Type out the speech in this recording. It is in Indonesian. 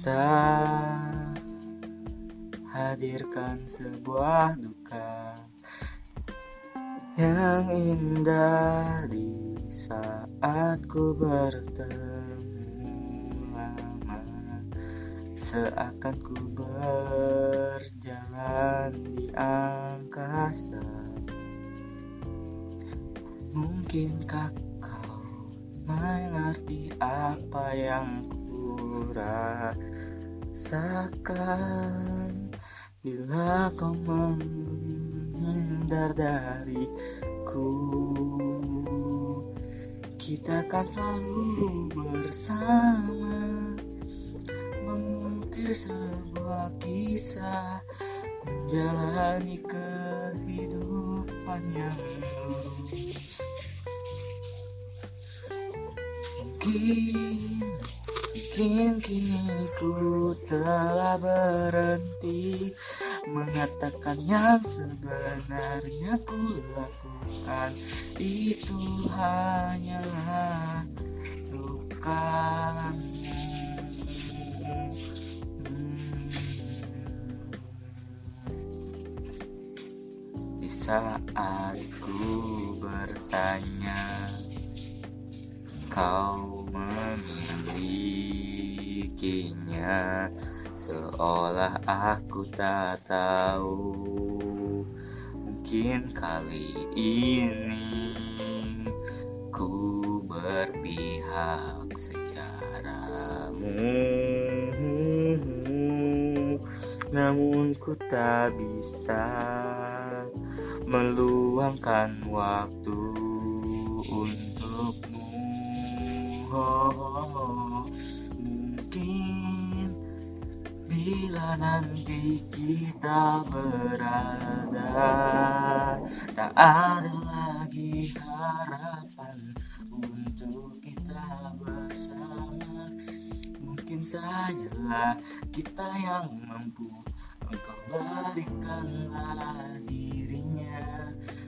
tak hadirkan sebuah duka yang indah di saat ku bertemu lama, seakan ku berjalan di angkasa. Mungkinkah kau mengerti apa yang ku rasakan bila kau menghindar dariku? Kita kan selalu bersama, mengukir sebuah kisah, menjalani kehidupan yang lurus. Mungkin kini ku telah berhenti mengatakan yang sebenarnya ku lakukan. Itu hanyalah luka lamu. Di saat ku bertanya, kau memilikinya, seolah aku tak tahu. Mungkin kali ini ku berpihak secaramu, namun ku tak bisa meluangkan waktu untukmu. Mungkin bila nanti kita berada, tak ada lagi harapan untuk kita bersama. Mungkin sajalah kita yang mampu, engkau berikanlah dirinya